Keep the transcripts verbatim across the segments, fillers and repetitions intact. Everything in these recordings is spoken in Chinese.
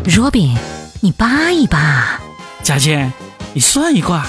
Robin， 你扒一扒。 佳倩，你算一卦。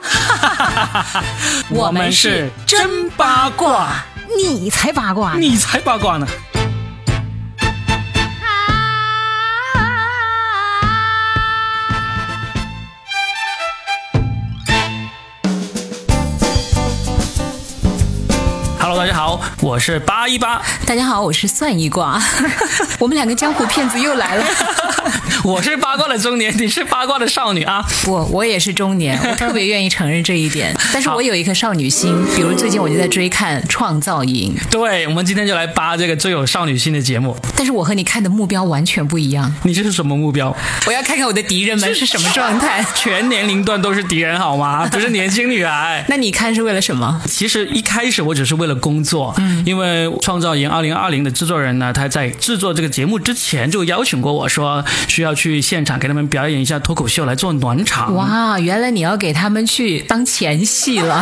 我们是真八卦，你才八卦， 你才八卦呢。Hello， 大家好，我是八一八。 大家好，我是算一卦。我们两个江湖骗子又来了。 我是八卦的中年，你是八卦的少女啊。 不，我也是中年，我特别愿意承认这一点。但是我有一颗少女心，比如最近我就在追看《创造营》。 对，我们今天就来扒这个最有少女心的节目。 但是我和你看的目标完全不一样。 你这是什么目标？ 我要看看我的敌人们是什么状态。 全年龄段都是敌人好吗？不是年轻女孩。 那你看是为了什么？ 其实一开始我只是为了工作，嗯，因为《创造营二零二零》的制作人呢，他在制作这个节目之前就邀请过我说，需要去现场给他们表演一下脱口秀来做暖场。 哇，原来你要给他们去当前戏了。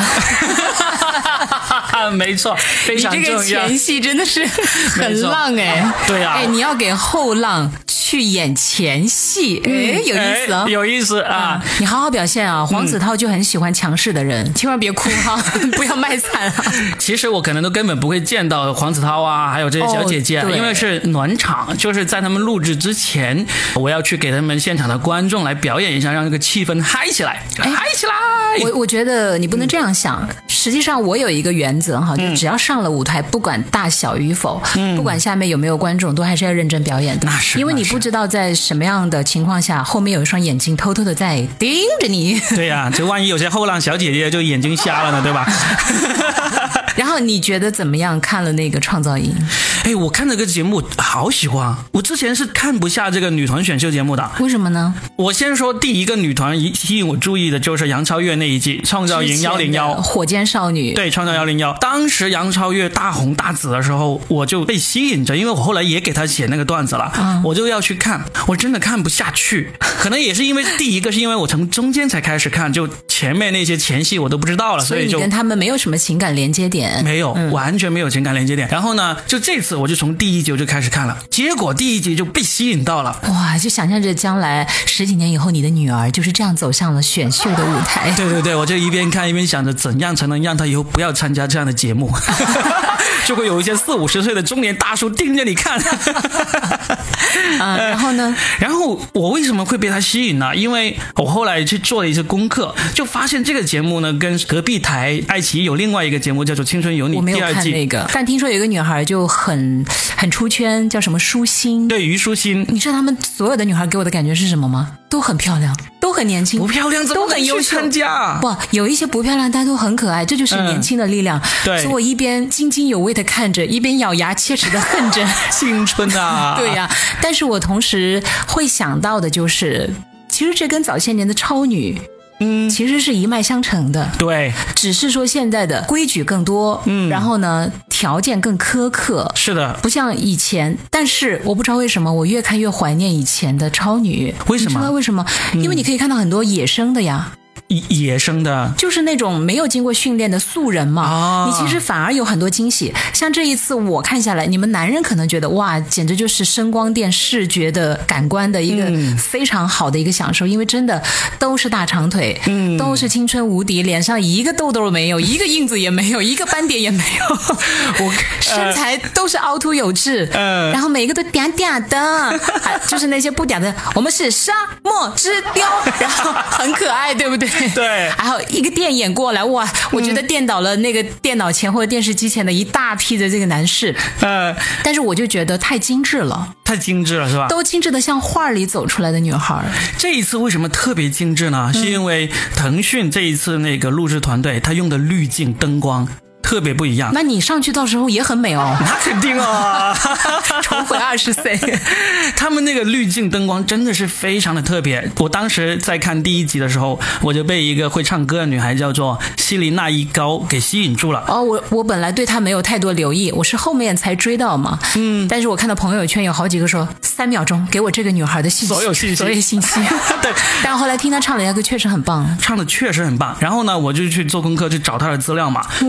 没错，非常重要。 你这个前戏真的是很浪哎。 对啊， 哎，你要给后浪去演前戏，哎，有意思哦， 哎、有意思啊、嗯！ 你好好表现啊！黄子韬就很喜欢强势的人，嗯、千万别哭哈，不要卖惨啊！ 其实我可能都根本不会见到黄子韬啊，还有这些小姐姐，哦、因为是暖场，就是在他们录制之前，我要去给他们现场的观众来表演一下，让这个气氛嗨起来，嗨起来！ 我我觉得你不能这样想。嗯、实际上，我有一个原则哈，就只要上了舞台，不管大小与否，嗯、不管下面有没有观众，都还是要认真表演的。 那是， 因为你不知道在什么样的情况下，后面有一双眼睛偷偷的在盯着你。 对呀、啊，这万一有些后浪小姐姐就眼睛瞎了呢，对吧？ 然后你觉得怎么样？看了那个创造营？ 哎，我看这个节目好喜欢。我之前是看不下这个女团选秀节目的。 为什么呢？ 我先说第一个女团吸引我注意的就是杨超越那一季创造营一零一火箭少女。 对，创造一零一。当时杨超越大红大紫的时候，我就被吸引着，因为我后来也给她写那个段子了，嗯、我就要去看。我真的看不下去，可能也是因为第一个是因为我从中间才开始看，就前面那些前戏我都不知道了，所以就所以你跟他们没有什么情感连接点。 没有、嗯、完全没有情感连接点。然后呢，就这次我就从第一集我就开始看了，结果第一集就被吸引到了。 哇，就想象着将来十几年以后你的女儿就是这样走向了选秀的舞台。 对对对，我就一边看一边想着怎样才能让她以后不要参加这样的节目。就会有一些四五十岁的中年大叔盯着你看。 嗯，然后呢？ 然后我为什么会被他吸引呢？因为我后来去做了一些功课，就发现这个节目呢跟隔壁台爱奇艺有另外一个节目叫做《青春有你》第二季。 我没有看那个，但听说有一个女孩就很很出圈，叫什么舒心。 对，虞书欣。 你知道他们所有的女孩给我的感觉是什么吗？都很漂亮，都很年轻。 不漂亮怎么能去参加？ 不，有一些不漂亮但都很可爱，这就是年轻的力量。嗯、 对， 所以我一边津津有味的看着，一边咬牙切齿的恨着青春啊。 对呀、啊，但是我同时会想到的就是，其实这跟早些年的超女。嗯，其实是一脉相承的。 对， 只是说现在的规矩更多，嗯，然后呢，条件更苛刻。 是的， 不像以前。但是我不知道为什么，我越看越怀念以前的超女。 为什么？ 你知道为什么？嗯、因为你可以看到很多野生的呀。 野生的就是那种没有经过训练的素人嘛、哦、你其实反而有很多惊喜。像这一次我看下来，你们男人可能觉得哇，简直就是声光电视觉的感官的一个非常好的一个享受、嗯、因为真的都是大长腿、嗯、都是青春无敌，脸上一个痘痘没有，一个印子也没有，一个斑点也没有。我、呃、身材都是凹凸有致、呃、然后每一个都嗲嗲的就是那些不嗲的我们是沙漠之雕，然后很可爱，对不对？ 对， 然后一个电演过来，哇，我觉得电倒了那个电脑前或者电视机前的一大批的这个男士，呃，但是我就觉得太精致了， 太精致了，是吧？ 都精致的像画里走出来的女孩。 这一次为什么特别精致呢？是因为腾讯这一次那个录制团队，他用的滤镜灯光特别不一样。 那你上去到时候也很美哦。 那肯定哦。 重回二十岁。 他们那个滤镜灯光真的是非常的特别。我当时在看第一集的时候，我就被一个会唱歌的女孩叫做希林娜依高给吸引住了。 哦，我我本来对她没有太多留意，我是后面才追到嘛。嗯，但是我看到朋友圈有好几个说三秒钟给我这个女孩的信息， 所有信息， 所有信息。 对， 但后来听她唱的那个确实很棒， 唱的确实很棒。然后呢，我就去做功课去找她的资料嘛。哇，就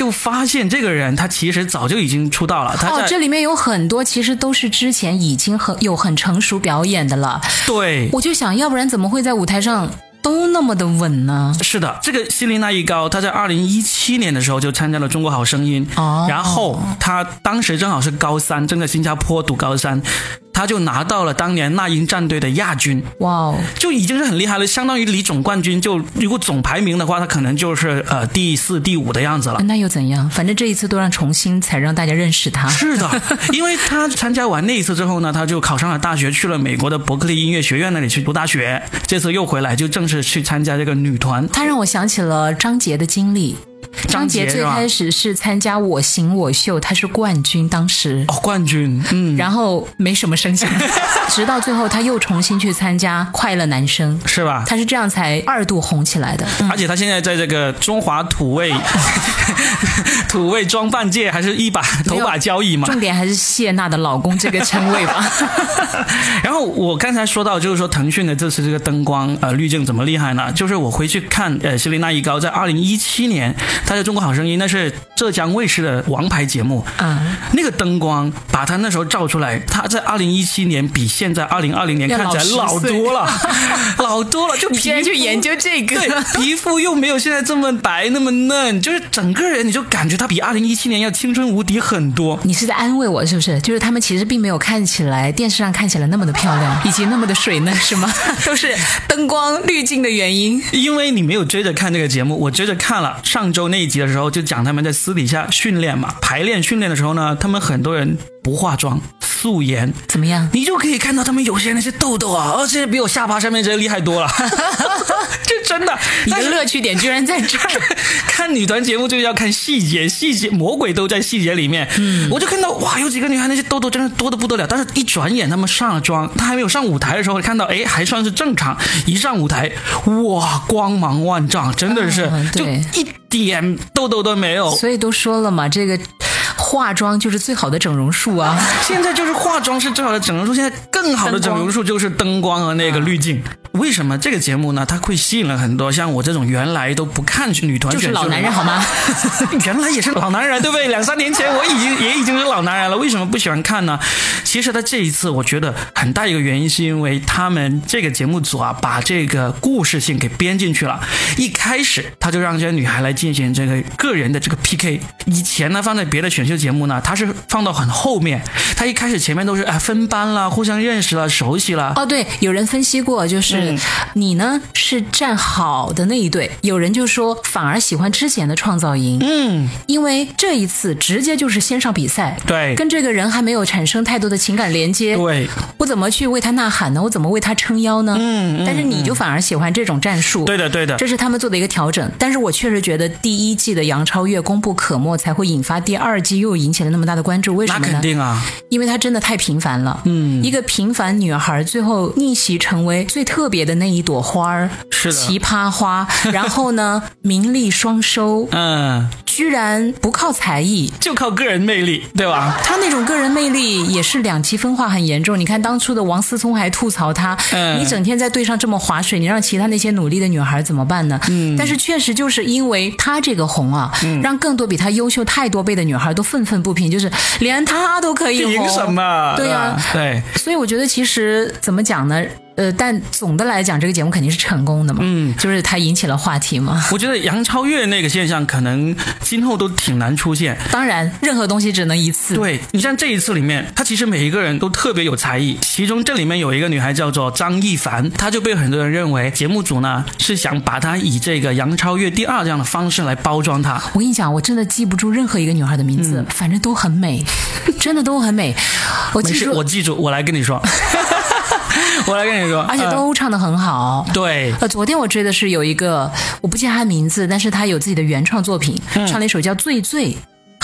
就发现这个人他其实早就已经出道了。他哦，这里面有很多其实都是之前已经很有很成熟表演的了。 对， 我就想，要不然怎么会在舞台上都那么的稳呢？ 是的，这个希林娜依高，她在二零一七年的时候就参加了中国好声音， 哦， 然后她当时正好是高三，正在新加坡读高三，她就拿到了当年那英战队的亚军。 哇哦， 就已经是很厉害了，相当于离总冠军，就如果总排名的话，她可能就是呃第四、第五的样子了。 那又怎样？反正这一次都让重新才让大家认识她。 是的，因为她参加完那一次之后呢，她就考上了大学，去了美国的伯克利音乐学院那里去读大学。这次又回来，就正式去参加这个女团。 她让我想起了张杰的经历。张杰最开始是参加我行我秀，他是冠军，当时哦冠军，嗯， 然后没什么声响，直到最后他又重新去参加快乐男声， 是吧？ 他是这样才二度红起来的， 嗯、而且他现在在这个中华土味土味装扮界还是一把头把交椅嘛。 重点还是谢娜的老公这个称谓吧。 然后我刚才说到，就是说腾讯的这次这个灯光呃滤镜怎么厉害呢？就是我回去看呃希林娜依高在二零一七年。他在中国好声音那是浙江卫视的王牌节目，嗯，那个灯光把他那时候照出来，他在二零一七年比现在二零二零年看起来老多了，老多了。就你竟然去研究这个？ 对，皮肤又没有现在这么白那么嫩，就是整个人你就感觉他比二零一七年要青春无敌很多。 你是在安慰我是不是？就是他们其实并没有看起来电视上看起来那么的漂亮，以及那么的水嫩，是吗？都是灯光滤镜的原因。 因为你没有追着看这个节目，我追着看了上周那一集的时候，就讲他们在私底下训练嘛，排练训练的时候呢，他们很多人不化妆，素颜， 怎么样？ 你就可以看到他们有些那些痘痘啊，而且比我下巴上面这些厉害多了。这真的， 你的乐趣点居然在这儿。 看女团节目就是要看细节，细节魔鬼都在细节里面。嗯，我就看到哇，有几个女孩那些痘痘真的多得不得了，但是一转眼她们上了妆，她还没有上舞台的时候看到，哎，还算是正常。一上舞台，哇，光芒万丈，真的是，嗯、就一点痘痘都没有。 所以都说了嘛，这个化妆就是最好的整容术啊。 现在就是化妆是最好的整容术，现在更好的整容术就是灯光和那个滤镜。为什么这个节目呢？它会吸引了很多像我这种原来都不看女团选秀的， 就是老男人好吗？ 原来也是老男人，对不对？两三年前我已经也已经是老男人了，为什么不喜欢看呢？其实他这一次我觉得很大一个原因是因为他们这个节目组啊，把这个故事性给编进去了。一开始他就让这些女孩来进行这个个人的这个 P K。以前呢，放在别的选秀节目呢，他是放到很后面，他一开始前面都是啊分班啦，互相认识了，熟悉了。 哦，对，有人分析过，就是、嗯、你呢是站好的那一队，有人就说反而喜欢之前的创造营，嗯，因为这一次直接就是先上比赛， 对， 跟这个人还没有产生太多的情感连接， 对， 我怎么去为他呐喊呢？我怎么为他撑腰呢？嗯，但是你就反而喜欢这种战术， 对的，对的， 这是他们做的一个调整。但是我确实觉得第一季的杨超越功不可没，才会引发第二季又引起了那么大的关注。为什么呢？ 那肯定啊， 因为她真的太平凡了。嗯，一个平凡女孩最后逆袭成为最特别的那一朵花儿， 是的， 奇葩花。然后呢，名利双收，嗯，居然不靠才艺， 就靠个人魅力，对吧？ 她那种个人魅力也是两极分化很严重。你看当初的王思聪还吐槽她，嗯，你整天在队上这么划水，你让其他那些努力的女孩怎么办呢？嗯，但是确实就是因为她这个红啊，嗯，让更多比她优秀太多倍的女孩都愤愤不平，就是连她都可以红， 凭什么？ 对啊， 对， 所以我觉得其实怎么讲呢？呃，但总的来讲，这个节目肯定是成功的嘛，嗯，就是它引起了话题嘛。 我觉得杨超越那个现象可能今后都挺难出现。 当然，任何东西只能一次。 对，你像这一次里面，她其实每一个人都特别有才艺。其中这里面有一个女孩叫做张艺凡，她就被很多人认为节目组呢是想把她以这个杨超越第二这样的方式来包装她。 我跟你讲，我真的记不住任何一个女孩的名字，嗯、反正都很美，真的都很美。我记住， 我记住，我来跟你说。我来跟你说， 而且都唱得很好。 呃、对， 呃，昨天我追的是有一个，我不记得他的名字，但是他有自己的原创作品，嗯、唱了一首叫《醉醉》，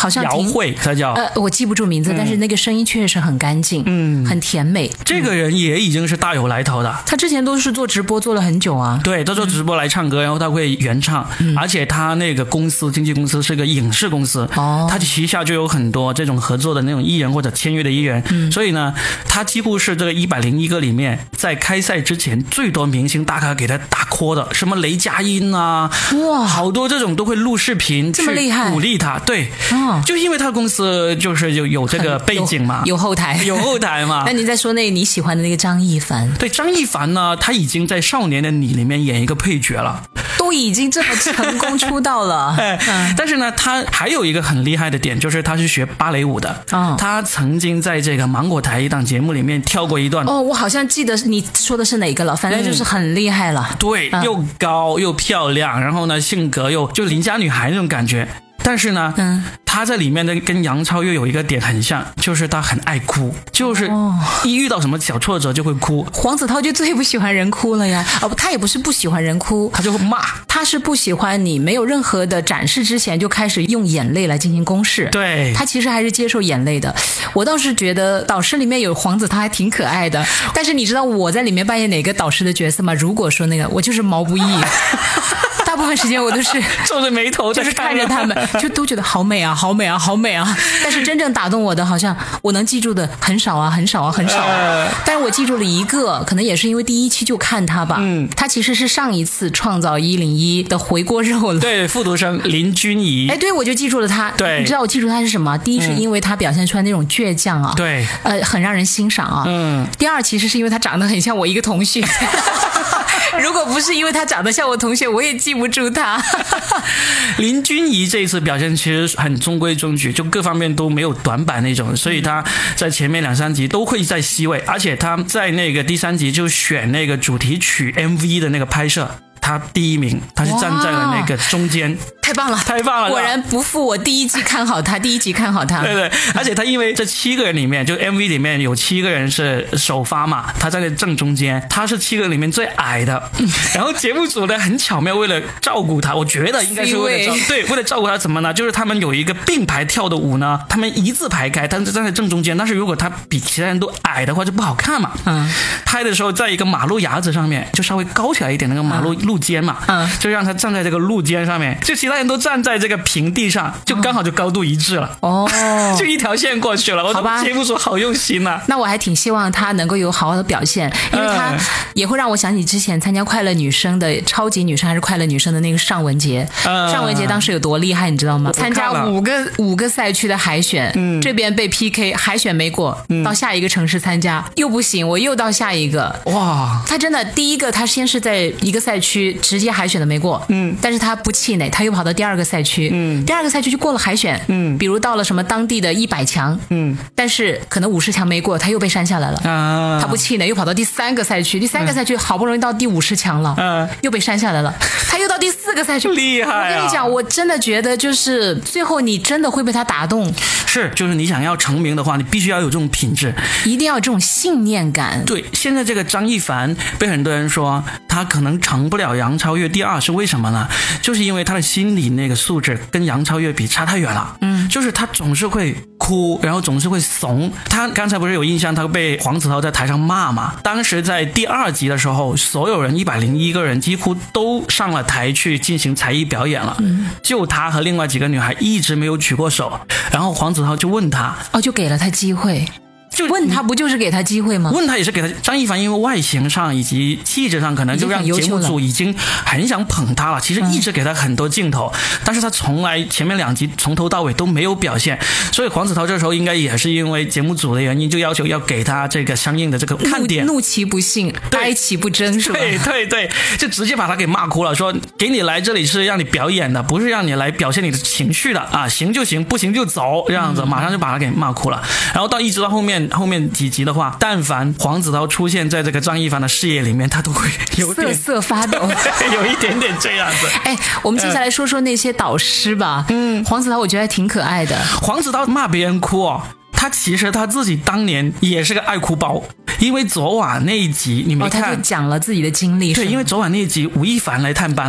好像姚慧，他叫呃，我记不住名字，嗯、但是那个声音确实很干净，嗯，很甜美。 这个人也已经是大有来头的， 他之前都是做直播做了很久啊， 对，他做直播来唱歌，嗯、然后他会原唱，嗯、而且他那个公司经纪公司是个影视公司，哦，他旗下就有很多这种合作的那种艺人或者签约的艺人，嗯、所以呢，他几乎是这个一百零一个里面在开赛之前最多明星大咖给他打 call 的，什么雷佳音啊，哇，好多这种都会录视频去鼓励他，对，哦，就因为他公司就是有有这个背景嘛， 有, 有后台， 有后台嘛。 那你再说那个你喜欢的那个张一凡， 对，张一凡呢，他已经在《少年的你》里面演一个配角了， 都已经这么成功出道了。 哎，嗯、但是呢，他还有一个很厉害的点，就是他是学芭蕾舞的，哦，他曾经在这个芒果台一档节目里面跳过一段。 哦，我好像记得你说的是哪个了，反正就是很厉害了。 嗯、对，嗯、又高又漂亮，然后呢，性格又就邻家女孩那种感觉。但是呢，嗯，他在里面的跟杨超越有一个点很像，就是他很爱哭，就是一遇到什么小挫折就会哭。哦、 黄子韬就最不喜欢人哭了呀！哦，他也不是不喜欢人哭， 他就会骂， 他是不喜欢你没有任何的展示之前就开始用眼泪来进行攻势。 对， 他其实还是接受眼泪的。我倒是觉得导师里面有黄子韬还挺可爱的，但是你知道我在里面扮演哪个导师的角色吗？如果说那个，我就是毛不易。大部分时间我都是皱着眉头， 就是看着他们，就都觉得好美啊，好美啊，好美啊。但是真正打动我的，好像我能记住的很少啊，很少啊，很少啊。呃、但是我记住了一个，可能也是因为第一期就看他吧。嗯，他其实是上一次创造一零一的回锅肉了。 对，复读生林君怡。 哎，对，我就记住了他。 对， 你知道我记住他是什么？第一是因为他表现出来那种倔强啊， 对， 呃，很让人欣赏啊。嗯。第二，其实是因为他长得很像我一个同学。如果不是因为他长得像我同学，我也记不住他。 林君怡这一次表现其实很中规中矩，就各方面都没有短板那种，所以他在前面两三集都会在 C 位，而且他在那个第三集就选那个主题曲 M V 的那个拍摄，他第一名，他是站在了那个中间。 太棒了， 太棒了！ 果然不负我第一季看好他，第一集看好他。 对对，而且他因为这七个人里面，就 M V 里面有七个人是首发嘛，他在正中间，他是七个人里面最矮的。然后节目组呢很巧妙，为了照顾他，我觉得应该是为了照对，为了照顾他怎么呢？就是他们有一个并排跳的舞呢，他们一字排开，但是站在正中间。但是如果他比其他人都矮的话，就不好看嘛。嗯，拍的时候在一个马路牙子上面，就稍微高起来一点那个马路路肩嘛，嗯，就让他站在这个路肩上面，就其他人都站在这个平地上，就刚好就高度一致了。哦，就一条线过去了。 好吧， 节目组好用心呐、啊。 那我还挺希望他能够有好好的表现，因为他也会让我想起之前参加快乐女生的超级女生还是快乐女生的那个尚雯婕。嗯、尚雯婕当时有多厉害，你知道吗？参加五个五个赛区的海选，嗯、这边被 P K， 海选没过，嗯、到下一个城市参加又不行，我又到下一个。哇，他真的第一个，他先是在一个赛区直接海选的没过，嗯，但是他不气馁，他又跑到第二个赛区，嗯，第二个赛区就过了海选，嗯，比如到了什么当地的一百强，嗯，但是可能五十强没过，他又被删下来了，啊，他不气馁，又跑到第三个赛区，第三个赛区好不容易到第五十强了，嗯，又被删下来了，他又到第四个赛区， 厉害、啊！ 我跟你讲，我真的觉得就是最后你真的会被他打动， 是，就是你想要成名的话，你必须要有这种品质， 一定要有这种信念感。 对，现在这个张一凡被很多人说他可能成不了杨超越第二，是为什么呢？就是因为他的心理那个素质跟杨超越比差太远了，嗯，就是他总是会哭，然后总是会怂。他刚才不是有印象，他被黄子韬在台上骂嘛？当时在第二集的时候，所有人一百零一个人几乎都上了台去进行才艺表演了，嗯，就他和另外几个女孩一直没有举过手。然后黄子韬就问他， 哦，就给了他机会。就问他不就是给他机会吗？ 问他也是给他。张一凡因为外形上以及气质上，可能就让节目组已经很想捧他了。其实一直给他很多镜头，嗯、但是他从来前面两集从头到尾都没有表现。所以黄子韬这时候应该也是因为节目组的原因，就要求要给他这个相应的这个看点。 怒其不幸，哀其不争，是吧？ 对对对，就直接把他给骂哭了，说给你来这里是让你表演的，不是让你来表现你的情绪的啊！行就行，不行就走，这样子，马上就把他给骂哭了。然后到一直到后面。后面几集的话，但凡黄子韬出现在这个张一凡的视野里面，他都会有点瑟瑟发抖， 有一点点这样子。 哎，我们接下来说说那些导师吧。嗯，黄子韬我觉得还挺可爱的。 黄子韬骂别人哭哦，他其实他自己当年也是个爱哭包，因为昨晚那一集你没看， 哦、他就讲了自己的经历。 对，因为昨晚那一集吴亦凡来探班了。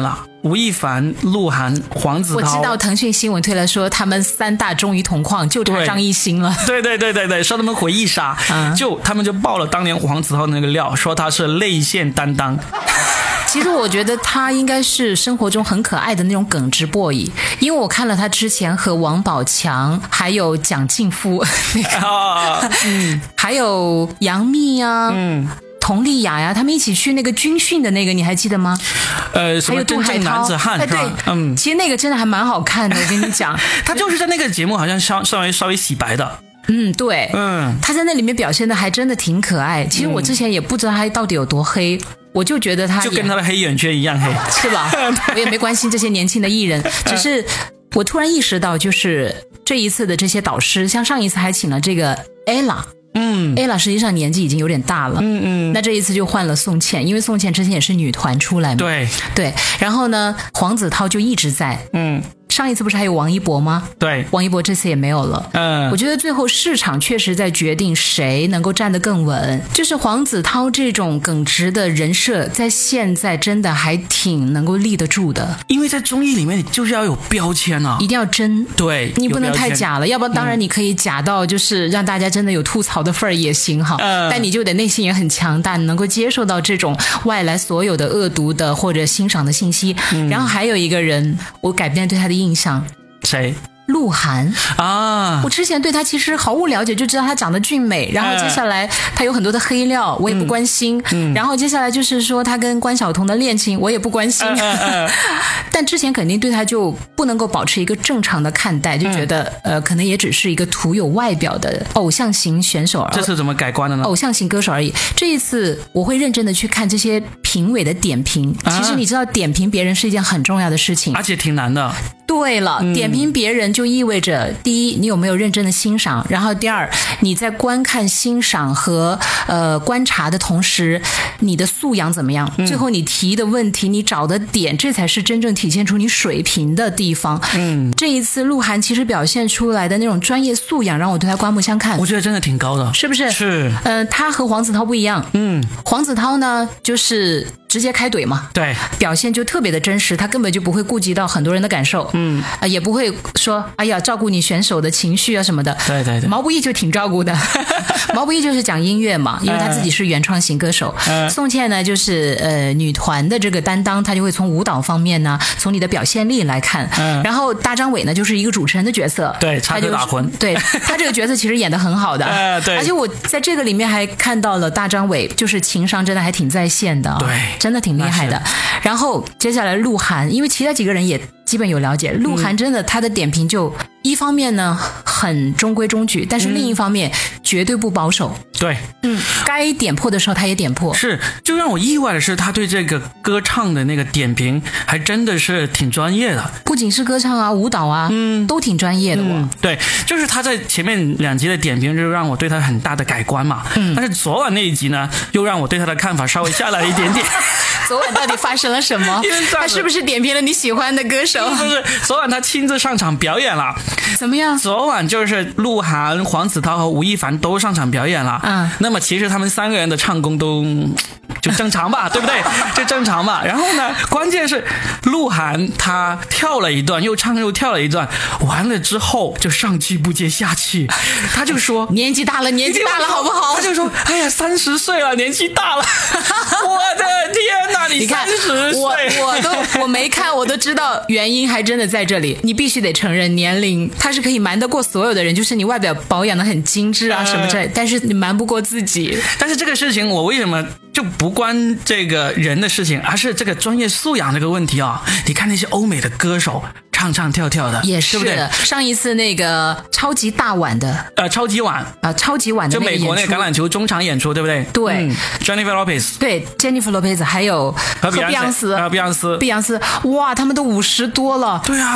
吴亦凡、鹿晗、黄子韬。 我知道腾讯新闻推了说他们三大终于同框，就差张艺兴了。 对对对对对，说他们回忆杀，嗯、就他们就爆了当年黄子韬的那个料，说他是泪腺担当。 其实我觉得他应该是生活中很可爱的那种耿直 boy， 因为我看了他之前和王宝强还有蒋劲夫、那个啊嗯、还有杨幂啊、嗯、佟丽娅呀，他们一起去那个军训的那个，你还记得吗？ 呃，什么真正男子汉、呃、 对，嗯，其实那个真的还蛮好看的，我跟你讲， 他就是在那个节目好像稍稍微稍微洗白的。 嗯，对，嗯，他在那里面表现的还真的挺可爱。其实我之前也不知道他到底有多黑，嗯、我就觉得他就跟他的黑眼圈一样黑， 是吧？我也没关心这些年轻的艺人，只是我突然意识到，就是这一次的这些导师，像上一次还请了这个 Ella。嗯 ，Ella 实际上年纪已经有点大了，嗯嗯，那这一次就换了宋茜，因为宋茜之前也是女团出来嘛， 对对，然后呢，黄子韬就一直在，嗯。上一次不是还有王一博吗？ 对， 王一博这次也没有了。嗯，我觉得最后市场确实在决定谁能够站得更稳。就是黄子韬这种耿直的人设，在现在真的还挺能够立得住的。 因为在综艺里面，就是要有标签啊， 一定要真。 对， 你不能太假了，要不然当然你可以假到就是让大家真的有吐槽的份儿也行哈。嗯，但你就得内心也很强大，能够接受到这种外来所有的恶毒的或者欣赏的信息。嗯，然后还有一个人，我改变对他的印象。 谁？ 鹿晗啊！ 我之前对他其实毫无了解，就知道他长得俊美，然后接下来他有很多的黑料，我也不关心。嗯，然后接下来就是说他跟关晓彤的恋情，我也不关心。嗯嗯、但之前肯定对他就不能够保持一个正常的看待，就觉得、嗯、呃，可能也只是一个徒有外表的偶像型选手而已。 这次怎么改观的呢？ 偶像型歌手而已。这一次我会认真的去看这些评委的点评。其实你知道，点评别人是一件很重要的事情， 而且挺难的。 对了，嗯、点评别人就意味着，第一，你有没有认真的欣赏；然后第二，你在观看、欣赏和呃观察的同时，你的素养怎么样？嗯、最后你提的问题，你找的点，这才是真正体现出你水平的地方。嗯，这一次鹿晗其实表现出来的那种专业素养，让我对他刮目相看。 我觉得真的挺高的， 是不是？ 是。 呃，他和黄子韬不一样。嗯，黄子韬呢，就是直接开怼嘛， 对， 表现就特别的真实，他根本就不会顾及到很多人的感受。嗯，呃、也不会说哎呀照顾你选手的情绪啊什么的。 对对对， 毛不易就挺照顾的。毛不易就是讲音乐嘛，因为他自己是原创型歌手。嗯、宋茜呢就是呃女团的这个担当，他就会从舞蹈方面呢，从你的表现力来看。嗯，然后大张伟呢就是一个主持人的角色， 对，插科打诨。 对，他这个角色其实演得很好的。呃、对，而且我在这个里面还看到了大张伟，就是情商真的还挺在线的。 对， 真的挺厉害的。然后接下来鹿晗，因为其他几个人也基本有了解，鹿晗真的他的点评就一方面呢很中规中矩，但是另一方面、嗯、绝对不保守。 对， 嗯，该点破的时候他也点破。 是，就让我意外的是，他对这个歌唱的那个点评还真的是挺专业的。 不仅是歌唱啊，舞蹈啊，嗯，都挺专业的。 嗯，对，就是他在前面两集的点评就让我对他很大的改观嘛。嗯，但是昨晚那一集呢，又让我对他的看法稍微下来一点点。 昨晚到底发生了什么？他是不是点评了你喜欢的歌手？ 不是，昨晚他亲自上场表演了。 怎么样？ 昨晚就是鹿晗、黄子韬和吴亦凡都上场表演了。嗯，那么其实他们三个人的唱功都就正常吧，对不对？就正常吧。然后呢，关键是鹿晗他跳了一段，又唱又跳了一段，完了之后就上气不接下气，他就说年纪大了，年纪大了，好不好？ 他就说，哎呀，三十岁了，年纪大了。我的天哪，你三十岁， 我我都我没看，我都知道原因，还真的在这里。你必须得承认，年龄它是可以瞒得过所有的人，就是你外表保养的很精致啊什么之类，呃、但是你瞒不过自己。 但是这个事情，我为什么就不关这个人的事情，而是这个专业素养这个问题啊？你看那些欧美的歌手。唱唱跳跳的也是，对不对？上一次那个超级大碗的， 呃，超级碗啊、 呃，超级碗的那个演出， 就美国那个橄榄球中场演出，对不对？ 对、嗯、 ，Jennifer Lopez， 对 ，Jennifer Lopez， 还有和碧昂斯， 碧昂斯，碧昂斯，哇，他们都五十多了。 对啊。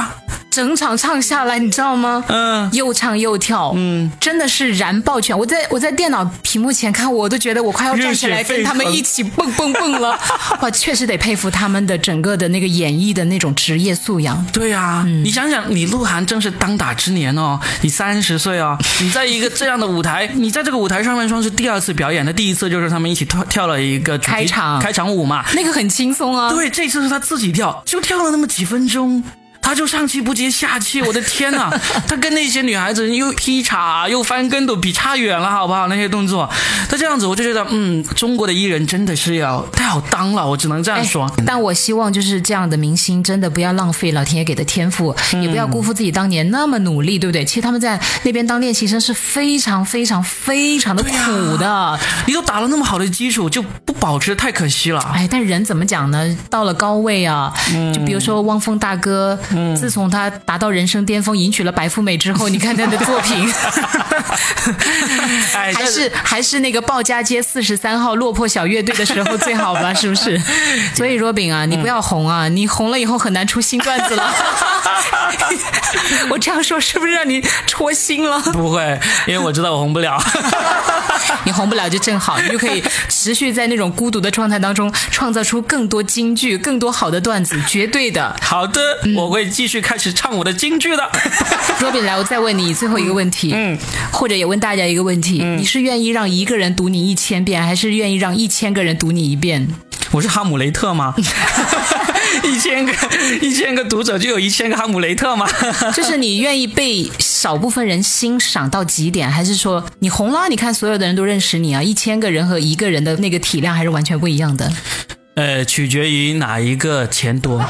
整场唱下来，你知道吗？嗯，又唱又跳，嗯，真的是燃爆全。我在我在电脑屏幕前看，我都觉得我快要站起来跟他们一起蹦蹦蹦了。哇，确实得佩服他们的整个的那个演绎的那种职业素养。 对啊，嗯、你想想，你鹿晗正是当打之年哦，你三十岁哦，你在一个这样的舞台，你在这个舞台上面算是第二次表演，的第一次就是他们一起跳跳了一个开场开场舞嘛， 那个很轻松啊。 对，这次是他自己跳，就跳了那么几分钟。他就上气不接下气，我的天哪！他跟那些女孩子又劈叉又翻跟斗比差远了，好不好？那些动作，他这样子我就觉得，嗯，中国的艺人真的是要太好当了，我只能这样说。 哎、但我希望就是这样的明星真的不要浪费老天爷给的天赋，嗯、也不要辜负自己当年那么努力，对不对？其实他们在那边当练习生是非常非常非常的苦的、啊。 你都打了那么好的基础，就不保持太可惜了。 哎，但人怎么讲呢？到了高位啊，嗯、就比如说汪峰大哥。嗯、自从他达到人生巅峰，迎娶了白富美之后，你看他的作品，哎、还是还是那个鲍家街四十三号落魄小乐队的时候最好吧？是不是？所以若饼啊，你不要红啊，嗯、你红了以后很难出新段子了。我这样说是不是让你戳心了？ 不会，因为我知道我红不了。 你红不了就正好，你就可以持续在那种孤独的状态当中创造出更多金句，更多好的段子，绝对的。 好的，嗯、我会继续开始唱我的京剧的。 若饼来，我再问你最后一个问题，嗯，或者也问大家一个问题，嗯、你是愿意让一个人读你一千遍，还是愿意让一千个人读你一遍？ 我是哈姆雷特吗？一千个一千个读者就有一千个哈姆雷特吗？ 就是你愿意被少部分人欣赏到极点，还是说你红了，你看所有的人都认识你啊？一千个人和一个人的那个体量还是完全不一样的。 呃，取决于哪一个钱多。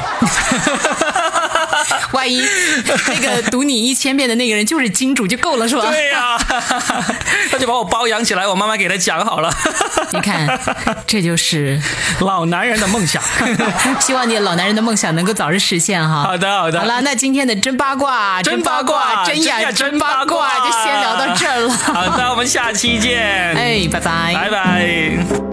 万一那个读你一千遍的那个人就是金主就够了，是吧？ 对呀、啊，他就把我包养起来，我慢慢给他讲好了。 你看，这就是老男人的梦想。 希望你老男人的梦想能够早日实现哈。 好的，好的。 好了，那今天的真八卦、 真八卦、 真雅、真八卦就先聊到这儿了。 好的，我们下期见。 哎，拜拜， 拜拜。